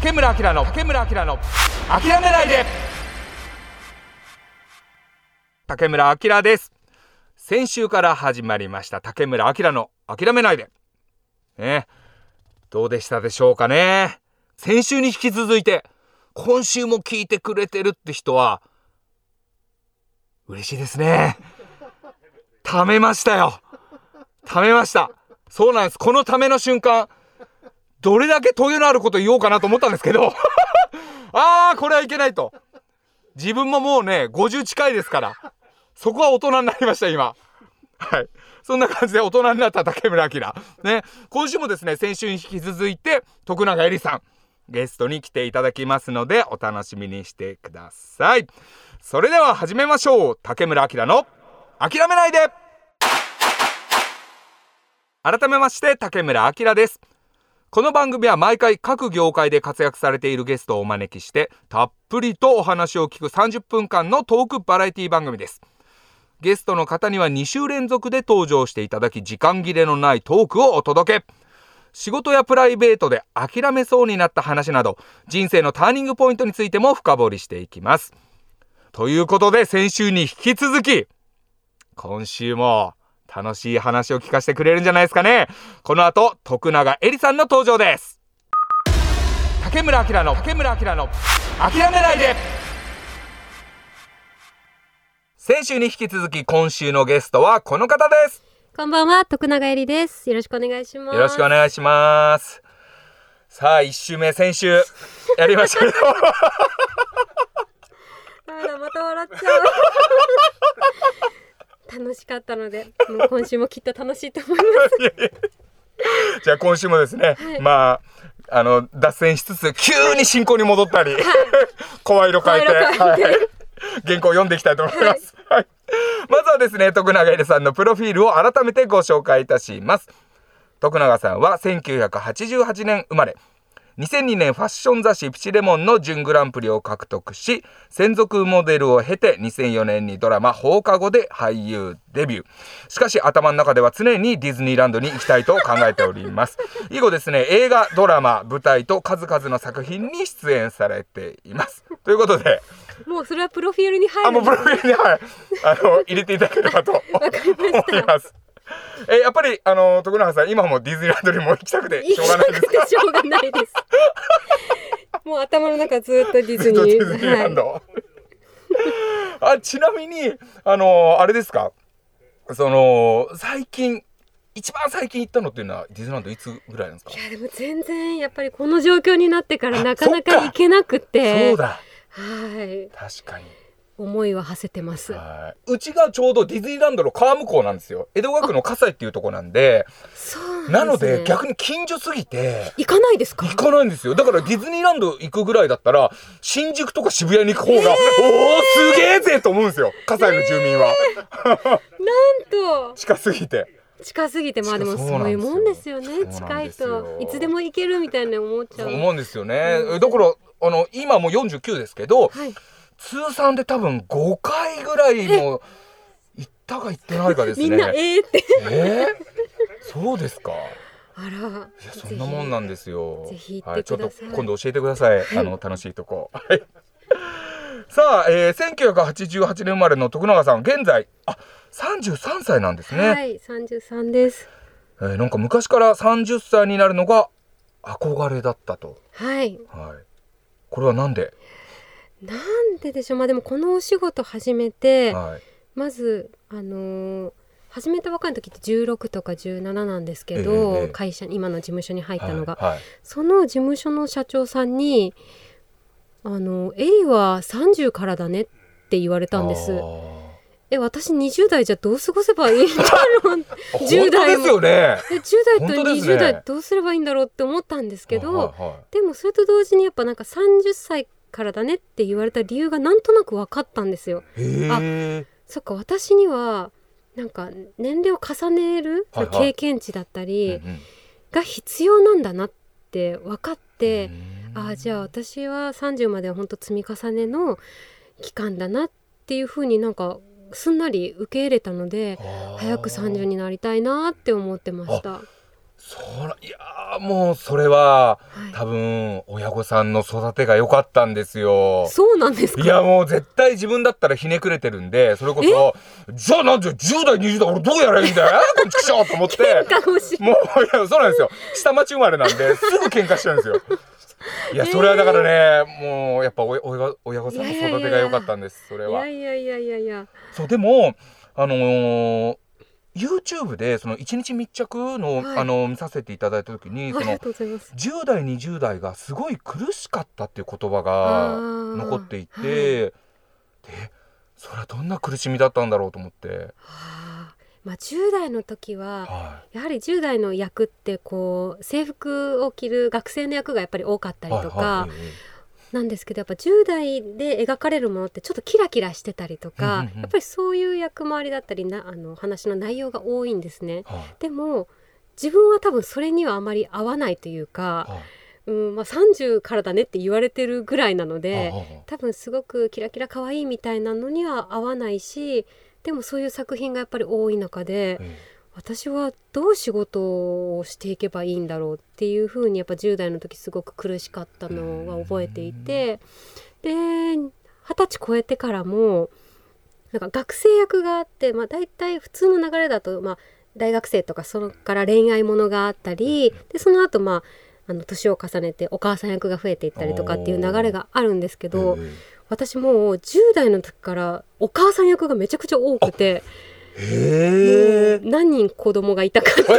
竹村明の諦めないで。竹村明です。先週から始まりました竹村明の諦めないで、どうでしたでしょうかね。先週に引き続いて今週も聞いてくれてるって人は嬉しいですね。貯めました。そうなんです。このための瞬間、どれだけトゲのあること言おうかなと思ったんですけどこれはいけないと。自分ももうね50近いですから、そこは大人になりました今。そんな感じで大人になった竹村明ね。今週もですね、先週に引き続いて徳永えりさんゲストに来ていただきますのでお楽しみにしてください。それでは始めましょう。竹村明の諦めないで。改めまして竹村明です。この番組は毎回各業界で活躍されているゲストをお招きしてたっぷりとお話を聞く30分間のトークバラエティ番組です。ゲストの方には2週連続で登場していただき、時間切れのないトークをお届け。仕事やプライベートで諦めそうになった話など、人生のターニングポイントについても深掘りしていきます。ということで、先週に引き続き今週も楽しい話を聞かせてくれるんじゃないですかね。この後徳永えりさんの登場です。竹村明の諦めないで。先週に引き続き今週のゲストはこの方です。 こんばんは、徳永えりです。よろしくお願いします。 よろしくお願いします。さあ1週目、先週やりましたけどまた笑っちゃう楽しかったので、もう今週もきっと楽しいと思いますじゃあ今週もですね、脱線しつつ急に進行に戻ったり、声色変えて原稿を読んでいきたいと思います。まずはですね、徳永えりさんのプロフィールを改めてご紹介いたします。徳永さんは1988年生まれ、2002年ファッション雑誌ピチレモンの準グランプリを獲得し、専属モデルを経て2004年にドラマ放課後で俳優デビュー。しかし頭の中では常にディズニーランドに行きたいと考えております。以後ですね、映画、ドラマ、舞台と数々の作品に出演されています。ということで、 もうそれはプロフィールに入る。 もうプロフィールに、入れていただければと思います。やっぱり徳永さん、今もディズニーランドにも行きたくてしょうがないですか？ しょうがないですもう頭の中ずっとディズニーランド、ちなみにあれですか、一番最近行ったのっていうのはディズニーランドいつぐらいなんですか？ いやでも全然やっぱりこの状況になってからなかなか行けなくて。 そうだ、確かに思いは馳せてます。 うちがちょうどディズニーランドの川向こうなんですよ。江戸川区の葛西っていうところなんで、なので逆に近所すぎて行かないですか？ 行かないんですよ。だからディズニーランド行くぐらいだったら新宿とか渋谷に行く方が、すげえぜと思うんですよ、葛西の住民は。 なんと近すぎて、 まあでもそういうもんですよね。近いといつでも行けるみたいな思っちゃう。 思うんですよね。だから今もう49ですけど、通算で多分5回ぐらいも行ったか行ってないかですね。 みんなってそうですか。 あら、いやそんなもんなんですよ。 ぜひ行ってください。 ちょっと今度教えてください。楽しいとこ。さあ、1988年生まれの徳永さん、現在33歳なんですね。 はい、33です。 なんか昔から30歳になるのが憧れだったと。これはなんででしょう。でもこのお仕事始めて、まず始めたばかりの時って16とか17なんですけど、会社今の事務所に入ったのが、その事務所の社長さんにエリは30からだねって言われたんです。私20代じゃどう過ごせばいいんだろう10代ですよね。 10代と20代どうすればいいんだろうって思ったんですけど、でもそれと同時にやっぱなんか30歳からだねって言われた理由がなんとなく分かったんですよ。そっか、私にはなんか年齢を重ねる経験値だったりが必要なんだなって分かって、じゃあ私は30までは本当積み重ねの期間だなっていうふうになんかすんなり受け入れたので、早く30になりたいなって思ってました。 いやもうそれは、多分親御さんの育てが良かったんですよ。 そうなんですか。 いやもう絶対自分だったらひねくれてるんで、それこそじゃあなんで10代20代俺どうやらいいんだよこっち来ちゃうと思ってもういやそうなんですよ、下町生まれなんですぐ喧嘩しちゃうんですよ。いやそれはだからね、もうやっぱ親御さんの育てが良かったんです。それは。 いやそうでもYouTube でその1日密着の、見させていただいた時に、その10代20代がすごい苦しかったっていう言葉が残っていて、でそれはどんな苦しみだったんだろうと思って、 10代の時は、やはり10代の役ってこう制服を着る学生の役がやっぱり多かったりとか、なんですけど、やっぱ10代で描かれるものってちょっとキラキラしてたりとか、やっぱりそういう役回りだったり話の内容が多いんですね。でも自分は多分それにはあまり合わないというか、30からだねって言われてるぐらいなので、多分すごくキラキラ可愛いみたいなのには合わないし、でもそういう作品がやっぱり多い中で、私はどう仕事をしていけばいいんだろうっていうふうにやっぱ10代の時すごく苦しかったのが覚えていて、で20歳超えてからもなんか学生役があって、だいたい普通の流れだと、大学生とかそれから恋愛ものがあったりで、その後年を重ねてお母さん役が増えていったりとかっていう流れがあるんですけど、私もう10代の時からお母さん役がめちゃくちゃ多くて、何人子供がいたかってよ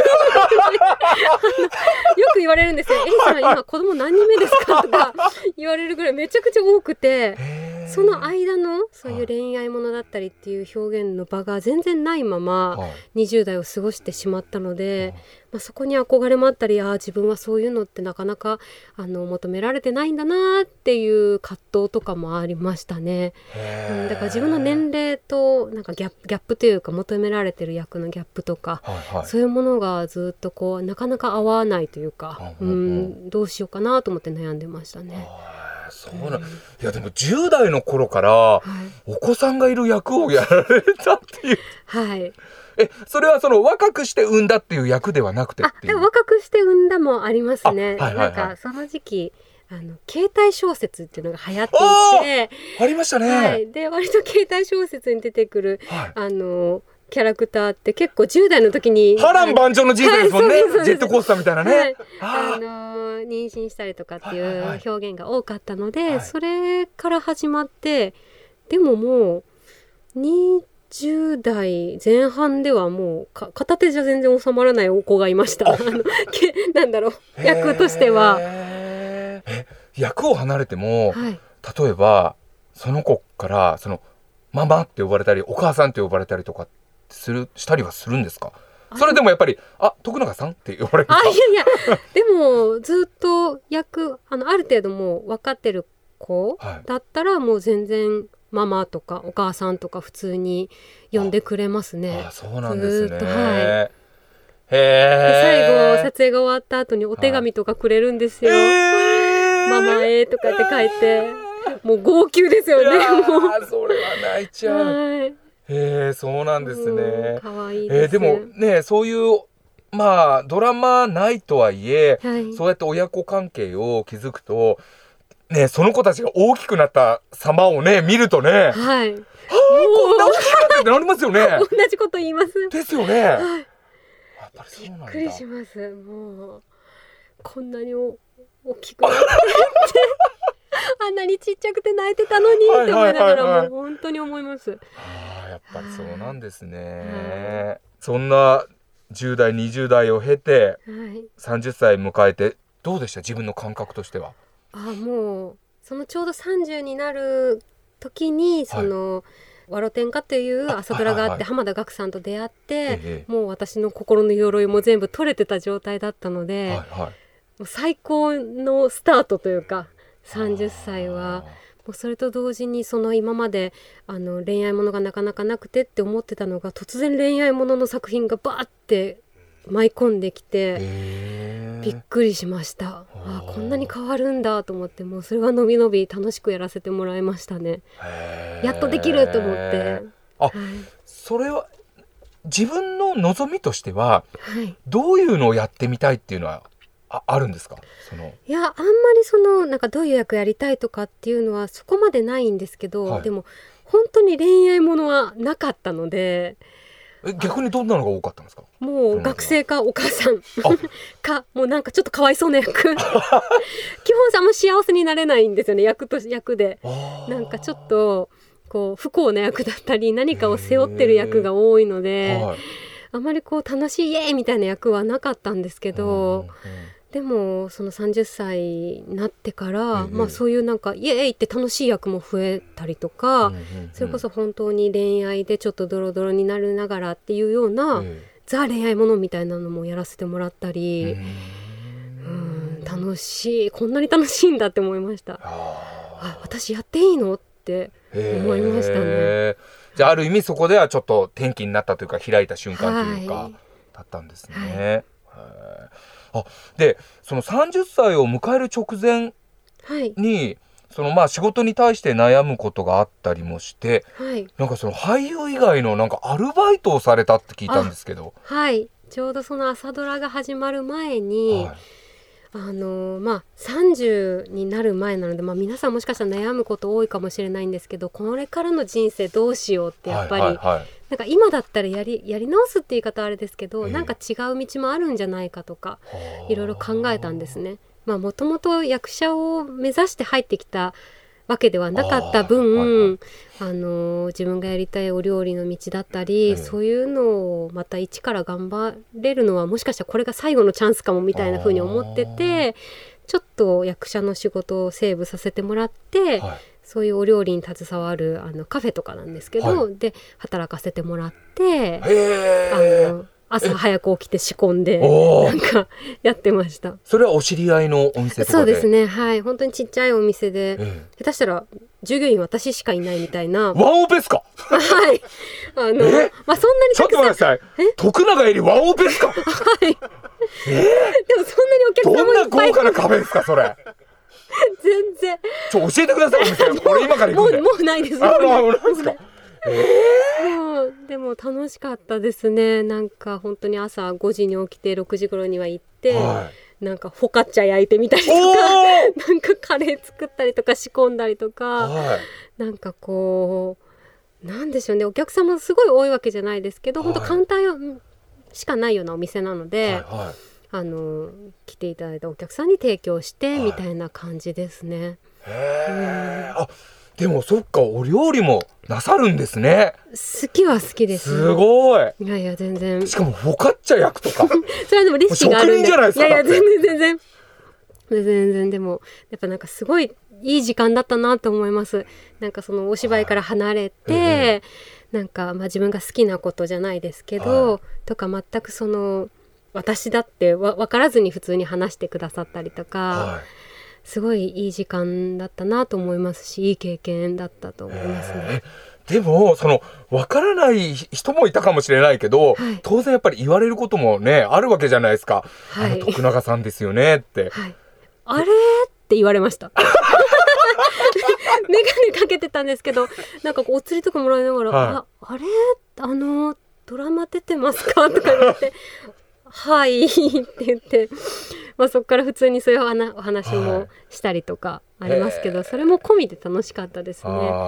く言われるんですよ。さん今子供何人目ですかとか言われるぐらいめちゃくちゃ多くて、その間のそういう恋愛ものだったりっていう表現の場が全然ないまま20代を過ごしてしまったので、そこに憧れもあったり、自分はそういうのってなかなか求められてないんだなっていう葛藤とかもありましたね。だから自分の年齢となんかギャップというか、求められてる役のギャップとか、そういうものがずっとこうなかなか合わないというか、どうしようかなと思って悩んでましたね。 いやでも10代の頃から、お子さんがいる役をやられたっていう、それはその若くして産んだっていう役ではなくてっていう。 若くして産んだもありますね。なんかその時期携帯小説っていうのが流行っていて、 ありましたね。 で割と携帯小説に出てくる、キャラクターって結構10代の時に波乱万丈の人生ですもんね。ジェットコースターみたいなね、 妊娠したりとかっていう表現が多かったので、それから始まって、でももう20代前半ではもう片手じゃ全然収まらないお子がいましたなんだろう、役としては。 役を離れても、例えばその子からそのママって呼ばれたりお母さんって呼ばれたりとかしたりはするんですか？それでもやっぱり徳永さんって呼ばれるんですか？ いやでもずっと役ある程度もう分かってる子だったら、もう全然ママとかお母さんとか普通に呼んでくれますね。 そうなんですね。 ずっとで最後撮影が終わった後にお手紙とかくれるんですよ。ママとかって書いて、もう号泣ですよね。 それは泣いちゃう。そうなんですね。 かわいいです。 でもね、そういうドラマないとはいえ、そうやって親子関係を築くとね、その子たちが大きくなった様をね見るとね、こんな大きくなってってなりますよね。 同じこと言いますですよね。やっぱりそうなんだ。 びっくりします。もうこんなに大きくなってあんなにちっちゃくて泣いてたのにって思いながら、もう本当に思います。 やっぱりそうなんですね。そんな10代20代を経て、30歳迎えてどうでした？自分の感覚としては。もうそのちょうど30になる時にその、わろてんかという朝ドラがあって、浜田岳さんと出会って、もう私の心の鎧も全部取れてた状態だったので、もう最高のスタートというか、30歳はもうそれと同時にその今まで恋愛ものがなかなかなくてって思ってたのが、突然恋愛ものの作品がバーって舞い込んできてびっくりしました。こんなに変わるんだと思って、もうそれはのびのび楽しくやらせてもらいましたね。やっとできると思って。 それは自分のの望みとしては、 はい、 どういうのをやってみたいっていうのはあるんですか？ いや、あんまりなんかどういう役やりたいとかっていうのはそこまでないんですけど、 はい、 でも本当に恋愛ものはなかったので。 逆にどんなのが多かったんですか？ もう学生かお母さんか、もうなんかちょっとかわいそうな役基本あんま幸せになれないんですよね、役で。なんかちょっとこう不幸な役だったり何かを背負ってる役が多いので、はい、あまりこう楽しいイエーイみたいな役はなかったんですけど、でもその30歳になってから、まあ、そういうなんかイエーイって楽しい役も増えたりとか、それこそ本当に恋愛でちょっとドロドロになりながらっていうような、ザ恋愛ものみたいなのもやらせてもらったり、楽しい、こんなに楽しいんだって思いました。私やっていいのって思いましたね。 じゃあある意味そこではちょっと転機になったというか開いた瞬間というか、だったんですね。でその30歳を迎える直前に、仕事に対して悩むことがあったりもして、なんかその俳優以外のなんかアルバイトをされたって聞いたんですけど。はい、 ちょうどその朝ドラが始まる前に、30になる前なので、皆さんもしかしたら悩むこと多いかもしれないんですけど、これからの人生どうしようってやっぱり、なんか今だったらやり直すって言い方はあれですけど、なんか違う道もあるんじゃないかとかいろいろ考えたんですね。もともと役者を目指して入ってきたわけではなかった分、自分がやりたいお料理の道だったり、そういうのをまた一から頑張れるのはもしかしたらこれが最後のチャンスかもみたいな風に思ってて、ちょっと役者の仕事をセーブさせてもらって、そういうお料理に携わるカフェとかなんですけど、で働かせてもらって、朝早く起きて仕込んでなんかやってました。 それはお知り合いのお店とかで？ そうですね、はい、本当にちっちゃいお店で、下手したら従業員私しかいないみたいな。 ワンオペですか？はい、 そんなにちょっと待ってください、徳永えりワンオペですか？はい、でもそんなにお客様もいっぱい。どんな豪華なカフェですかそれ？ 全然教えてくださいお店。俺今から行くんで。 もうないです。 なんですか？ でも楽しかったですね。なんか本当に朝5時に起きて6時頃には行って、なんかフォカッチャ焼いてみたりとかなんかカレー作ったりとか仕込んだりとか、なんかこうなんでしょうね、お客様すごい多いわけじゃないですけど、本当カウンターしかないようなお店なので、来ていただいたお客さんに提供してみたいな感じですね。 でもそっか、お料理もなさるんですね。 好きは好きです。 すごい。 いや全然。 しかもフォカッチャ焼くとかそれはでもレシピがあるんで。職人じゃないですか。いや全然でもやっぱなんかすごいいい時間だったなと思います。なんかそのお芝居から離れて、なんか自分が好きなことじゃないですけど、とか全くその私だって分からずに普通に話してくださったりとか、すごいいい時間だったなと思いますし、いい経験だったと思いますね。 でもその分からない人もいたかもしれないけど、当然やっぱり言われることもねあるわけじゃないですか。徳永さんですよねって、 あれって言われましたメガネかけてたんですけど、なんかお釣りとかもらいながら、あれドラマ出てますかとか言ってはいって言って、そこから普通にそういうお話もしたりとかありますけど、それも込みで楽しかったですね。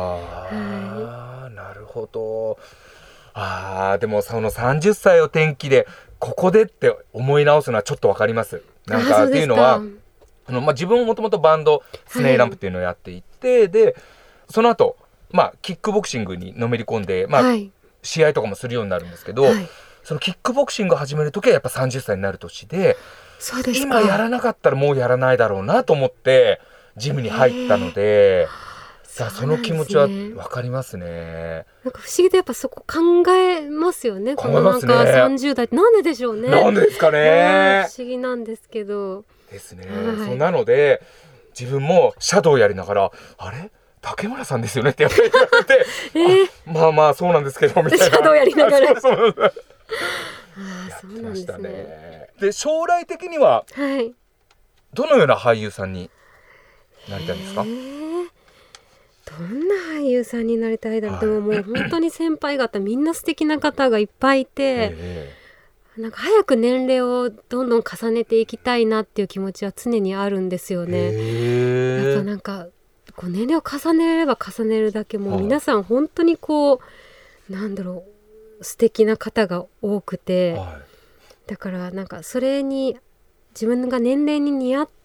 なるほど。でもその30歳を転機でここでって思い直すのはちょっとわかります。なんかっていうのは自分もともとバンドスネイランプっていうのをやっていて、でその後キックボクシングにのめり込んで、試合とかもするようになるんですけど、そのキックボクシングを始める時はやっぱ30歳になる年で、今やらなかったらもうやらないだろうなと思ってジムに入ったので、その気持ちは分かりますね。 なんか不思議でやっぱそこ考えますよね。このなんか30代ってなんででしょうね。 なんですかね。 不思議なんですけどですね。なので自分もシャドウやりながら、あれ竹村さんですよねってやっぱり言われて、そうなんですけどみたいな。 シャドウやりながらそうなんですね。で将来的にはどのような俳優さんになりたいんですか？ どんな俳優さんになりたいだろう、でももう本当に先輩方みんな素敵な方がいっぱいいて、なんか早く年齢をどんどん重ねていきたいなっていう気持ちは常にあるんですよね。やっぱなんかこう年齢を重ねれば重ねるだけもう皆さん本当にこうなんだろう素敵な方が多くて、だからなんかそれに自分が年齢に似合った、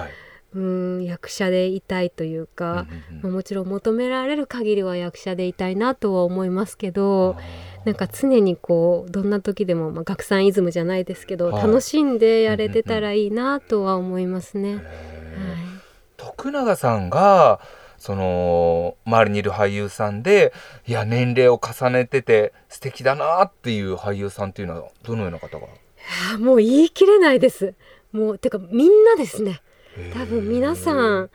役者でいたいというか、もちろん求められる限りは役者でいたいなとは思いますけど、なんか常にこうどんな時でも、学産イズムじゃないですけど、楽しんでやれてたらいいなとは思いますね。 徳永さんがその周りにいる俳優さんで、いや年齢を重ねてて素敵だなっていう俳優さんっていうのはどのような方が？ もう言い切れないです。もうてかみんなですね。多分皆さん、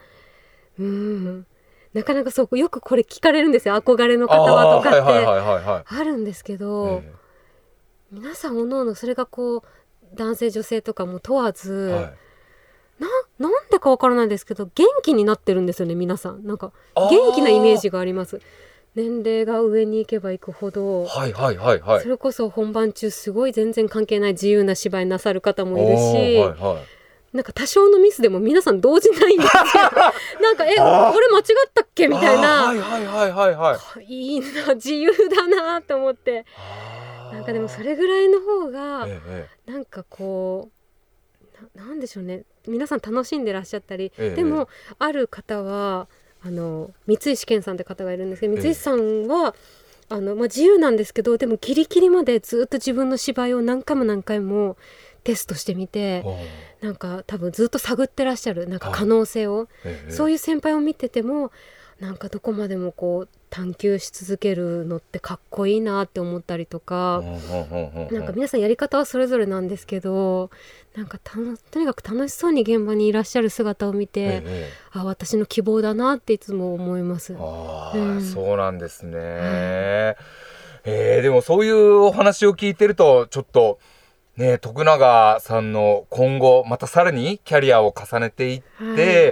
なかなかそうよくこれ聞かれるんですよ。憧れの方はとかってあるんですけど、皆さんおのおのそれがこう男性女性とかも問わず、なんでかわからないですけど元気になってるんですよね。皆さんなんか元気なイメージがあります。年齢が上に行けば行くほど、それこそ本番中すごい全然関係ない自由な芝居なさる方もいるし、なんか多少のミスでも皆さん動じないんですよなんか俺間違ったっけみたいな、いいな自由だなと思って、なんかでもそれぐらいの方がなんかこうなんでしょうね、皆さん楽しんでらっしゃったり、でもある方は三石健さんって方がいるんですけど、三石さんは自由なんですけど、でもギリギリまでずっと自分の芝居を何回も何回もテストしてみて、なんか多分ずっと探ってらっしゃるなんか可能性を、そういう先輩を見ててもなんかどこまでもこう探求し続けるのってかっこいいなって思ったりとか、なんか皆さんやり方はそれぞれなんですけど、なんかとにかく楽しそうに現場にいらっしゃる姿を見て、私の希望だなっていつも思います。 そうなんですね。でもそういうお話を聞いてるとちょっとね、徳永さんの今後またさらにキャリアを重ねていって、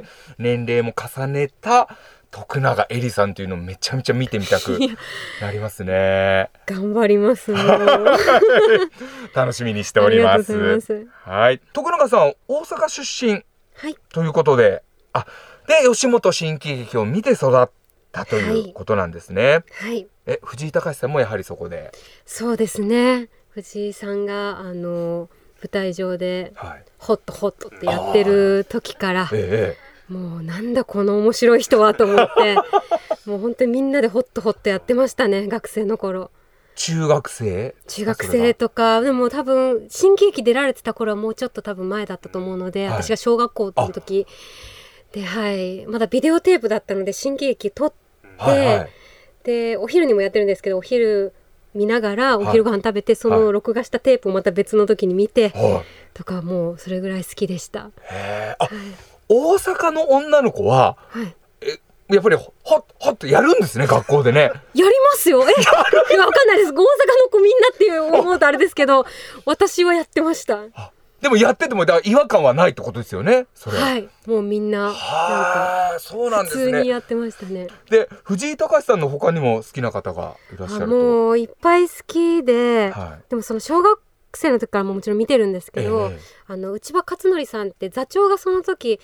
年齢も重ねた徳永えりさんというのをめちゃめちゃ見てみたくなりますね。 頑張ります楽しみにしております。はい、徳永さん大阪出身、ということで、で吉本新喜劇を見て育ったということなんですね。藤井隆さんもやはりそこで？そうですね、 藤井さんが舞台上でホットホットってやってる時から、もうなんだこの面白い人はと思ってもう本当にみんなでホットホットやってましたね、学生の頃。 中学生とかでも多分新喜劇出られてた頃はもうちょっと多分前だったと思うので、私が小学校の時で、まだビデオテープだったので新喜劇撮って、でお昼にもやってるんですけど、お昼見ながらお昼ご飯食べて、その録画したテープをまた別の時に見て、とかもうそれぐらい好きでした。 大阪の女の子は、やっぱりホッとやるんですね、学校でね。やりますよ。わかんないです。大阪の子みんなって思うとあれですけど私はやってました。 でもやってても違和感はないってことですよね、それ。 もうみんななんか普通にやってましたね。 で藤井隆さんの他にも好きな方がいらっしゃると？ もういっぱい好きで、でもその小学生の時からももちろん見てるんですけど、内場勝則さんって座長がその時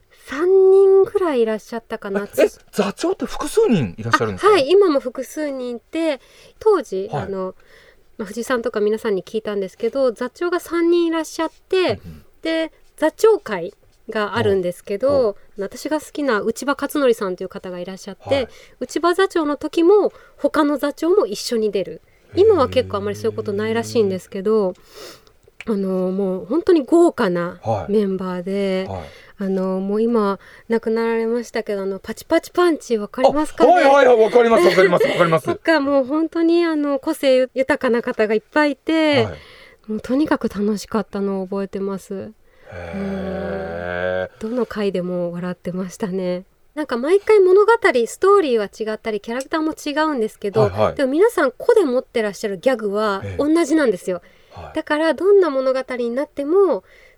3人ぐらいいらっしゃったかな。 座長って複数人いらっしゃるんですか？ 今も複数人いて、当時、藤井さんとか皆さんに聞いたんですけど、座長が3人いらっしゃって、で座長会があるんですけど、私が好きな内場勝則さんという方がいらっしゃって、内場座長の時も他の座長も一緒に出る。今は結構あんまりそういうことないらしいんですけど、もう本当に豪華なメンバーで、もう今亡くなられましたけどパチパチパンチわかりますかね？ わかりますとか、もう本当に個性豊かな方がいっぱいいて、もうとにかく楽しかったのを覚えてます。どの回でも笑ってましたね。なんか毎回物語ストーリーは違ったりキャラクターも違うんですけど、でも皆さん個で持ってらっしゃるギャグは同じなんですよ。だからどんな物語になっても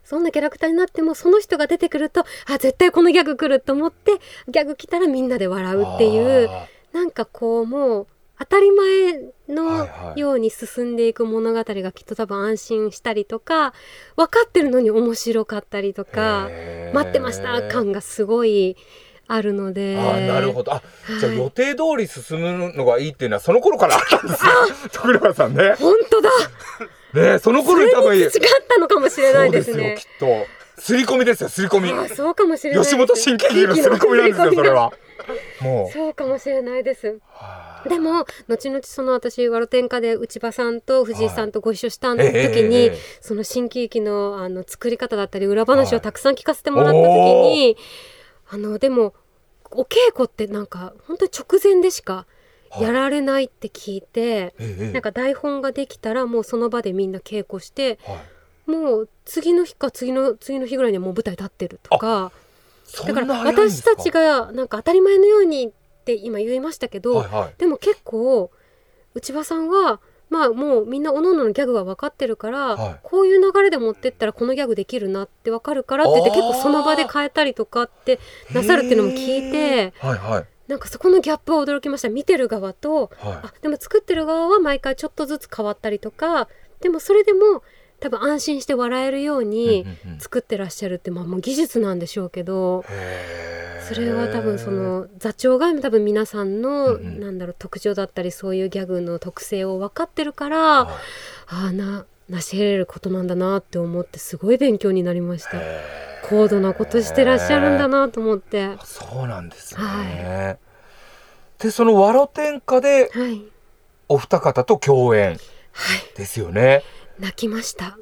そんなキャラクターになってもその人が出てくると絶対このギャグ来ると思ってギャグ来たらみんなで笑うっていうなんかこうもう当たり前のように進んでいく物語がきっと多分安心したりとか分かってるのに面白かったりとか待ってました感がすごいあるので。 なるほど。じゃあ予定通り進むのがいいっていうのはその頃からあったんですね。徳永さんね。 本当だ。 ね、その頃に多分違ったのかもしれないですね。 そうですよ、きっと刷り込みですよ、刷り込み。 そうかもしれないです。 吉本新喜劇の刷り込みなんですよ、それは。もうそうかもしれないです。でも後々その私ワロテンカで内場さんと藤井さんとご一緒した時に、その新喜劇の作り方だったり裏話をたくさん聞かせてもらった時に、でもお稽古ってなんか本当に直前でしかやられないって聞いて、なんか台本ができたらもうその場でみんな稽古して、もう次の日か次の日ぐらいにはもう舞台立ってるとか。だから私たちがなんか当たり前のようにって今言いましたけど、でも結構内場さんはもうみんなおのおののギャグは分かってるから、こういう流れで持ってったらこのギャグできるなって分かるからって言って結構その場で変えたりとかってなさるっていうのも聞いて、なんかそこのギャップは驚きました。見てる側と、でも作ってる側は毎回ちょっとずつ変わったりとか、でもそれでも多分安心して笑えるように作ってらっしゃるって、もう技術なんでしょうけど、それは多分その座長が多分皆さんのなんだろう特徴だったりそういうギャグの特性を分かってるから、成し得れることなんだなって思ってすごい勉強になりました。高度なことしてらっしゃるんだなと思って。 そうなんですね。でそのワロテンカでお二方と共演ですよね。 泣きました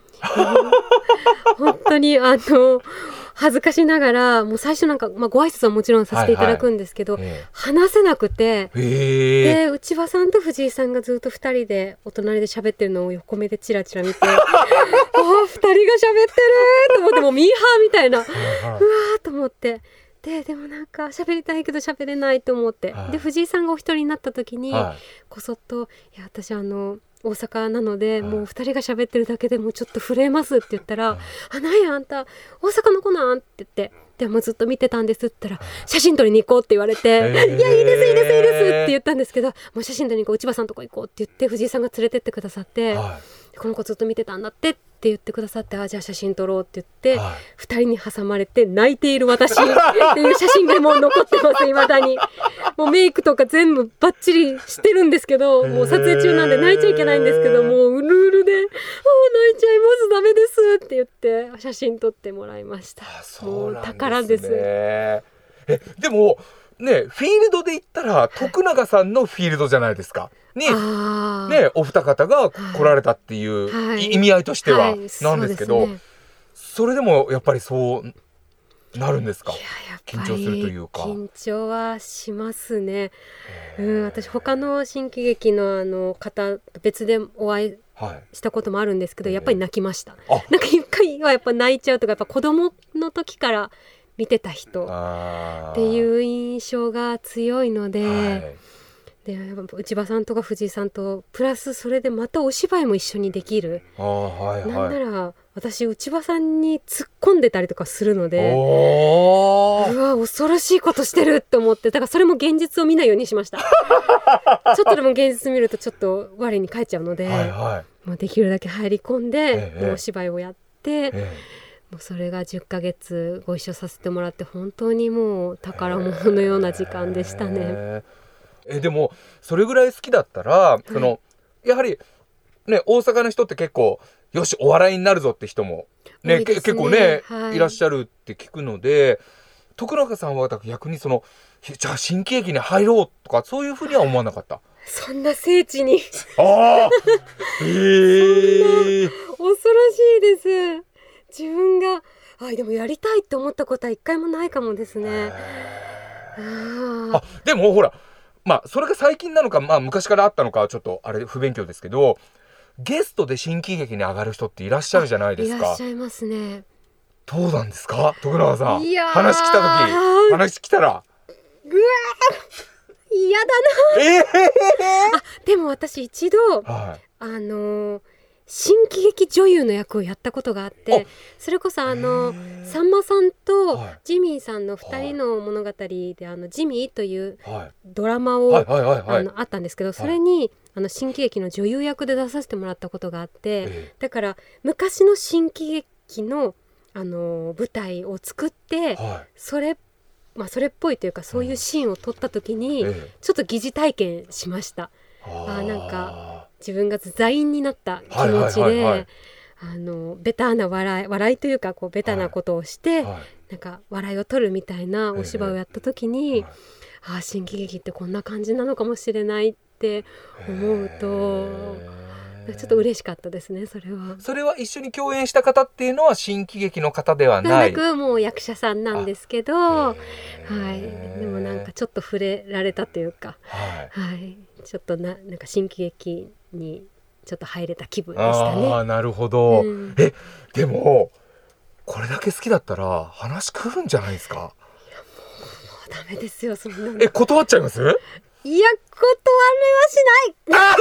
本当に恥ずかしながらもう最初なんか、ご挨拶はもちろんさせていただくんですけど、話せなくて、で内場さんと藤井さんがずっと2人でお隣で喋ってるのを横目でチラチラ見て2人が喋ってると思って、もうミーハーみたいなうわーと思って、でもなんか喋りたいけど喋れないと思って、で藤井さんがお一人になった時に、こそっと「いや私大阪なので、もう2人が喋ってるだけでもうちょっと震えます」って言ったら「なんやあんた大阪の子なん?」って言って「でもずっと見てたんです」って言ったら「写真撮りに行こう」って言われて「いやいいですいいですいいです」って言ったんですけど、もう写真撮りに行こう、内場さんとこ行こうって言って藤井さんが連れてってくださって、この子ずっと見てたんだってって言ってくださって、じゃあ写真撮ろうって言って、2人に挟まれて泣いている私っていう写真がもう残ってます未だに。もうメイクとか全部バッチリしてるんですけど、もう撮影中なんで泣いちゃいけないんですけど、もううるうるで「泣いちゃいますダメです」って言って写真撮ってもらいました。もう宝です。 でもね、フィールドで言ったら徳永さんのフィールドじゃないですかに、お二方が来られたっていう意味合いとしてはなんですけど、それでもやっぱりそうなるんですか？緊張するというか。 緊張はしますね。私他の新喜劇の方別でお会いしたこともあるんですけど、やっぱり泣きました。なんか一回はやっぱ泣いちゃうとか、やっぱ子供の時から見てた人っていう印象が強いので、で内場さんとか藤井さんとプラスそれでまたお芝居も一緒にできる、なんなら私内場さんに突っ込んでたりとかするので、うわ恐ろしいことしてるって思って、だからそれも現実を見ないようにしましたちょっとでも現実見るとちょっと我に返っちゃうので、もうできるだけ入り込んで、もうお芝居をやって、もうそれが10ヶ月ご一緒させてもらって、本当にもう宝物のような時間でしたね。 でもそれぐらい好きだったら、やはりね、大阪の人って結構よしお笑いになるぞって人もね、結構ね、いらっしゃるって聞くので、徳永さんは逆にじゃあ新喜劇に入ろうとかそういうふうには思わなかった？ そんな聖地にそんな恐ろしいです。自分がでもやりたいって思ったことは一回もないかもですね。 でもほら、それが最近なのか、昔からあったのかはちょっとあれ不勉強ですけど、ゲストで新喜劇に上がる人っていらっしゃるじゃないですか。 いらっしゃいますね。 どうなんですか徳永さん、話来たらうわ嫌だなでも私一度、 新喜劇女優の役をやったことがあって、それこそさんまさんとジミーさんの2人の物語でジミーというドラマをあったんですけど、それに新喜劇の女優役で出させてもらったことがあって、だから昔の新喜劇の舞台を作って、それっぽいというかそういうシーンを撮った時にちょっと疑似体験しました。なんか自分が座員になった気持ちで、ベタな笑いというかこうベタなことをして、なんか笑いを取るみたいなお芝居をやった時に、新喜劇ってこんな感じなのかもしれないって思うとちょっと嬉しかったですね。それは一緒に共演した方っていうのは新喜劇の方ではない？ もう役者さんなんですけど、でもなんかちょっと触れられたというか、ちょっとなんか新喜劇にちょっと入れた気分でしたね。 なるほど、でもこれだけ好きだったら話食うんじゃないですか？いやもうダメですよそんなの。 断っちゃいます？ いや断れはしないや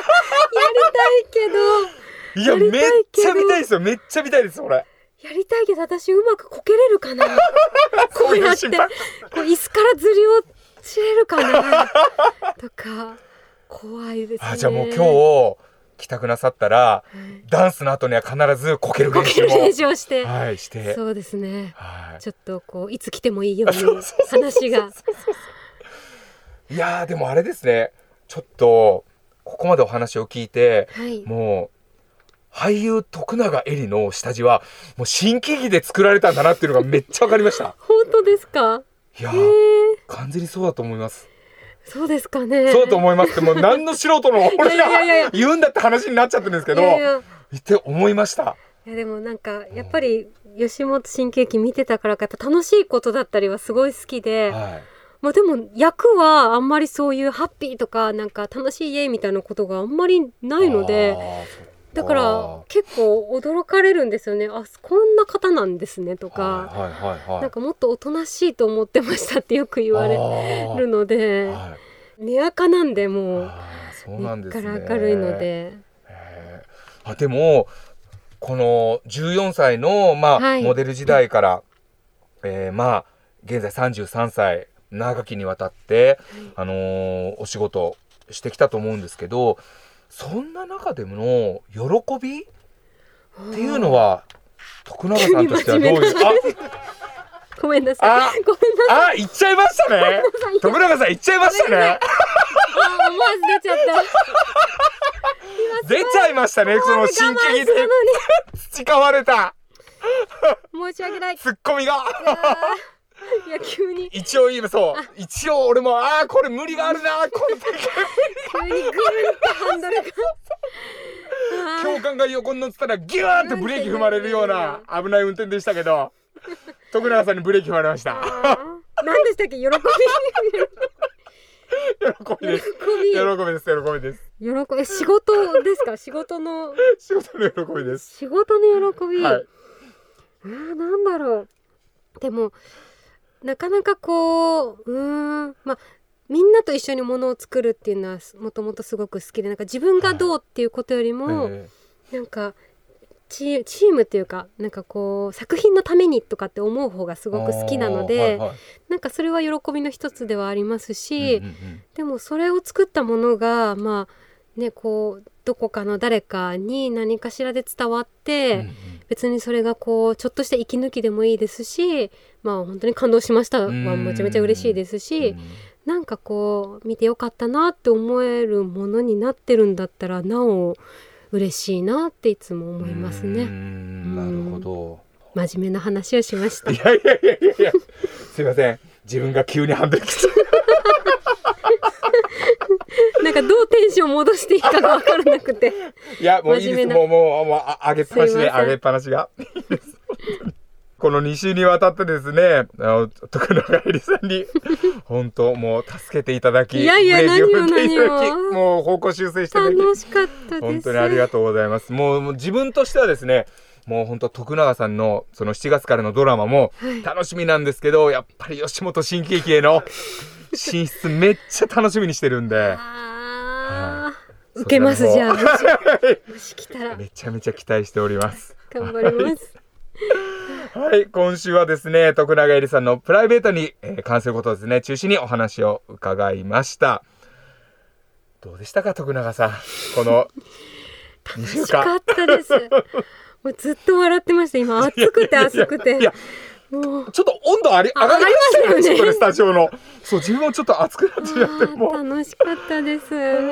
りたいけど、 いやめっちゃ見たいですよ。めっちゃ見たいです。俺やりたいけど私うまくこけれるかなこうやってこう椅子からずり落ちれるかなとか怖いですね。 じゃあもう今日帰宅なさったら、ダンスの後には必ずこける練習をして、そうですね、ちょっとこういつ来てもいいように話がいやでもあれですね、ちょっとここまでお話を聞いて、もう俳優徳永えりの下地はもう新喜劇で作られたんだなっていうのがめっちゃ分かりました本当ですか？ いや完全にそうだと思います。 そうですかね。 そうだと思いますって、もう何の素人の俺が言うんだって話になっちゃってるんですけど、言って思いました。 いやでもなんかやっぱり吉本新喜劇見てたからかやっぱ楽しいことだったりはすごい好きで、でも役はあんまりそういうハッピーとかなんか楽しいイエーイみたいなことがあんまりないので、だから結構驚かれるんですよね。こんな方なんですねとか、なんかもっとおとなしいと思ってましたってよく言われるので、根垢なんでもう根っから明るいので。 でもこの14歳の、モデル時代から、現在33歳長きにわたって、お仕事してきたと思うんですけど、そんな中での喜びっていうのは徳永さんとしてはどういうごめんなさい。 言っちゃいましたね。徳永さん言っちゃいましたね。 思わず出ちゃった。 出ちゃいましたね。その新喜劇で培われた申し訳ないツッコミが。 いや急に一応俺もこれ無理があるな、この急にグーンってハンドルが教官が横に乗ってたらギューってブレーキ踏まれるような危ない運転でしたけど、徳永さんにブレーキ踏まれました。 何でしたっけ？喜びです。 仕事ですか？仕事の喜びです。 仕事の喜び、なんだろう。でもなかなかこうみんなと一緒にものを作るっていうのはもともとすごく好きで、なんか自分がどうっていうことよりも、なんかチームっていうか、なんかこう作品のためにとかって思う方がすごく好きなので、なんかそれは喜びの一つではありますし、でもそれを作ったものがこうどこかの誰かに何かしらで伝わって、別にそれがこうちょっとした息抜きでもいいですし、本当に感動しましたはめちゃめちゃ嬉しいですし、なんかこう見てよかったなって思えるものになってるんだったらなお嬉しいなっていつも思いますね。 なるほど。 真面目な話をしました。 いやすいません、自分が急にハンドル切っちゃうなんかどうテンション戻していいかが分からなくていやもういいです。もう上げっぱなしがこの2週にわたってですね、徳永えりさんに本当もう助けていただき、 いや何をもう方向修正していただき楽しかったです。 本当にありがとうございます。もう自分としてはですね、もう本当徳永さんのその7月からのドラマも楽しみなんですけど、やっぱり吉本新喜劇への進出めっちゃ楽しみにしてるんで、 受けます。じゃあもし来たらめちゃめちゃ期待しております。 頑張りますはい、今週はですね徳永えりさんのプライベートに関することをですね中心にお話を伺いました。どうでしたか徳永さん、この2週間。 楽しかったですもうずっと笑ってました。今暑くて暑くて、 いやもうちょっと温度上がりましたよね、これスタジオの。そう自分もちょっと暑くなってしまって、もう楽しかったです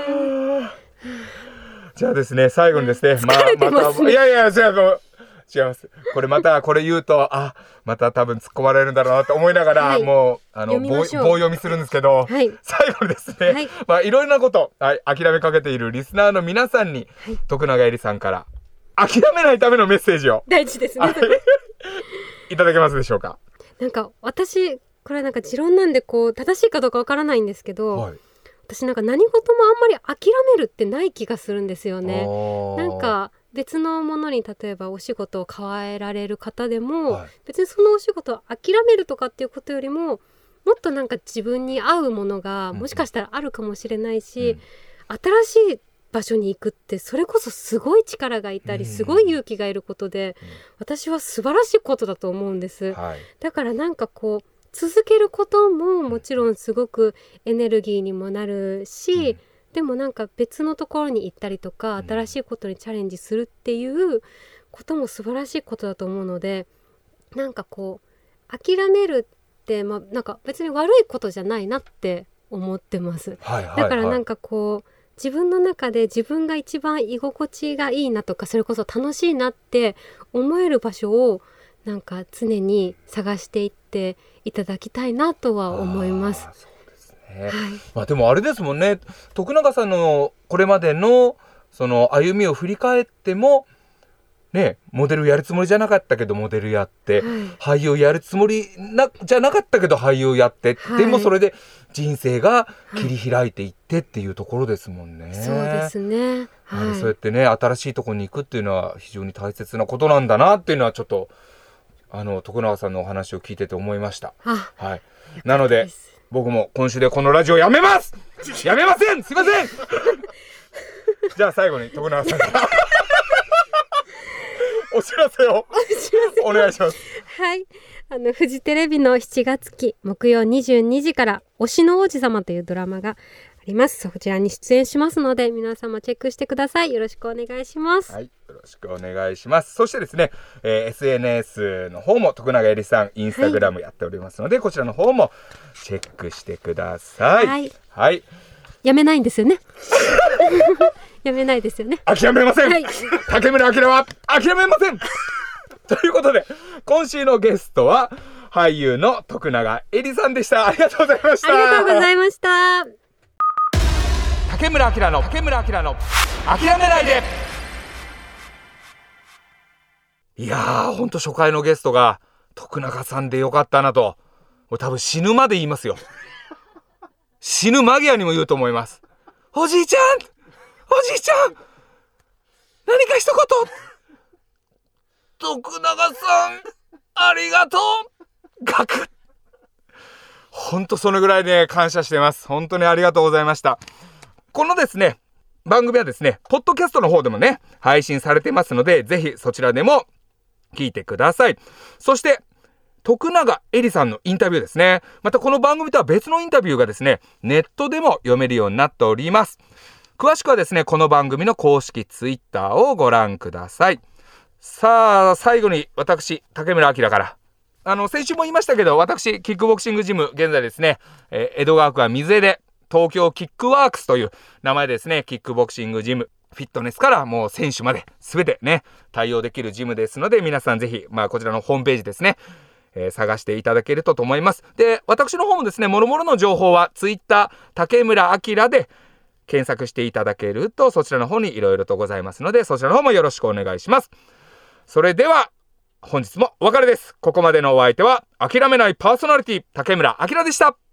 じゃあですね最後にですね、 疲れてますね。 いや違います。これまたこれ言うとまた多分突っ込まれるんだろうなと思いながら、はい、もう棒読みするんですけど、はい、最後にですね、はい、いろいろなこと、はい、諦めかけているリスナーの皆さんに、はい、徳永えりさんから諦めないためのメッセージを大事ですねいただけますでしょうか。 なんか私これなんか持論なんでこう正しいかどうかわからないんですけど、はい、私なんか何事もあんまり諦めるってない気がするんですよね。なんか別のものに例えばお仕事を変えられる方でも、はい、別にそのお仕事を諦めるとかっていうことよりももっとなんか自分に合うものがもしかしたらあるかもしれないし、新しい場所に行くってそれこそすごい力がいたりすごい勇気がいることで、私は素晴らしいことだと思うんです、はい、だからなんかこう続けることももちろんすごくエネルギーにもなるし、でもなんか別のところに行ったりとか新しいことにチャレンジするっていうことも素晴らしいことだと思うので、なんかこう諦めるって、なんか別に悪いことじゃないなって思ってます、はいはいはい、だからなんかこう自分の中で自分が一番居心地がいいなとかそれこそ楽しいなって思える場所をなんか常に探していっていただきたいなとは思います。 はい、でもあれですもんね、徳永さんのこれまでのその歩みを振り返ってもね、モデルやるつもりじゃなかったけどモデルやって、はい、俳優やるつもりじゃなかったけど俳優やって、はい、でもそれで人生が切り開いていってっていうところですもんね、はい、 そうですね、はい、 そうやってね新しいところに行くっていうのは非常に大切なことなんだなっていうのはちょっと徳永さんのお話を聞いてて思いました。はい、なので僕も今週でこのラジオやめますやめませんすいませんじゃあ最後に徳永さんからお知らせをお願いします。 はい、フジテレビの7月期木曜22時から推しの王子様というドラマがあります。そちらに出演しますので皆様チェックしてください。よろしくお願いします。 はい、よろしくお願いします。そしてですね、SNS の方も徳永えりさんインスタグラムやっておりますので、はい、こちらの方もチェックしてください。はい、はい、 やめないんですよねやめないですよね。 諦めません、はい、竹村明は諦めませんということで今週のゲストは俳優の徳永えりさんでした。ありがとうございました。 ありがとうございました。 竹村明の諦めないで。いやーほんと初回のゲストが徳永さんでよかったなと多分死ぬまで言いますよ死ぬ間際にも言うと思います。おじいちゃん何か一言徳永さんありがとうガク。ほんとそのぐらいね感謝してます。本当にありがとうございました。このですね番組はですねポッドキャストの方でもね配信されてますのでぜひそちらでも聞いてください。そして徳永えりさんのインタビューですね、またこの番組とは別のインタビューがですねネットでも読めるようになっております。詳しくはですねこの番組の公式ツイッターをご覧ください。さあ最後に私竹村明から先週も言いましたけど私キックボクシングジム現在ですね、江戸川区は水江で東京キックワークスという名前ですねキックボクシングジムフィットネスからもう選手まで全てね対応できるジムですので皆さんぜひこちらのホームページですね、探していただけると思います。で私の方もですね諸々の情報はツイッター竹村明で検索していただけるとそちらの方にいろいろとございますのでそちらの方もよろしくお願いします。それでは本日もお別れです。ここまでのお相手は諦めないパーソナリティ竹村明でした。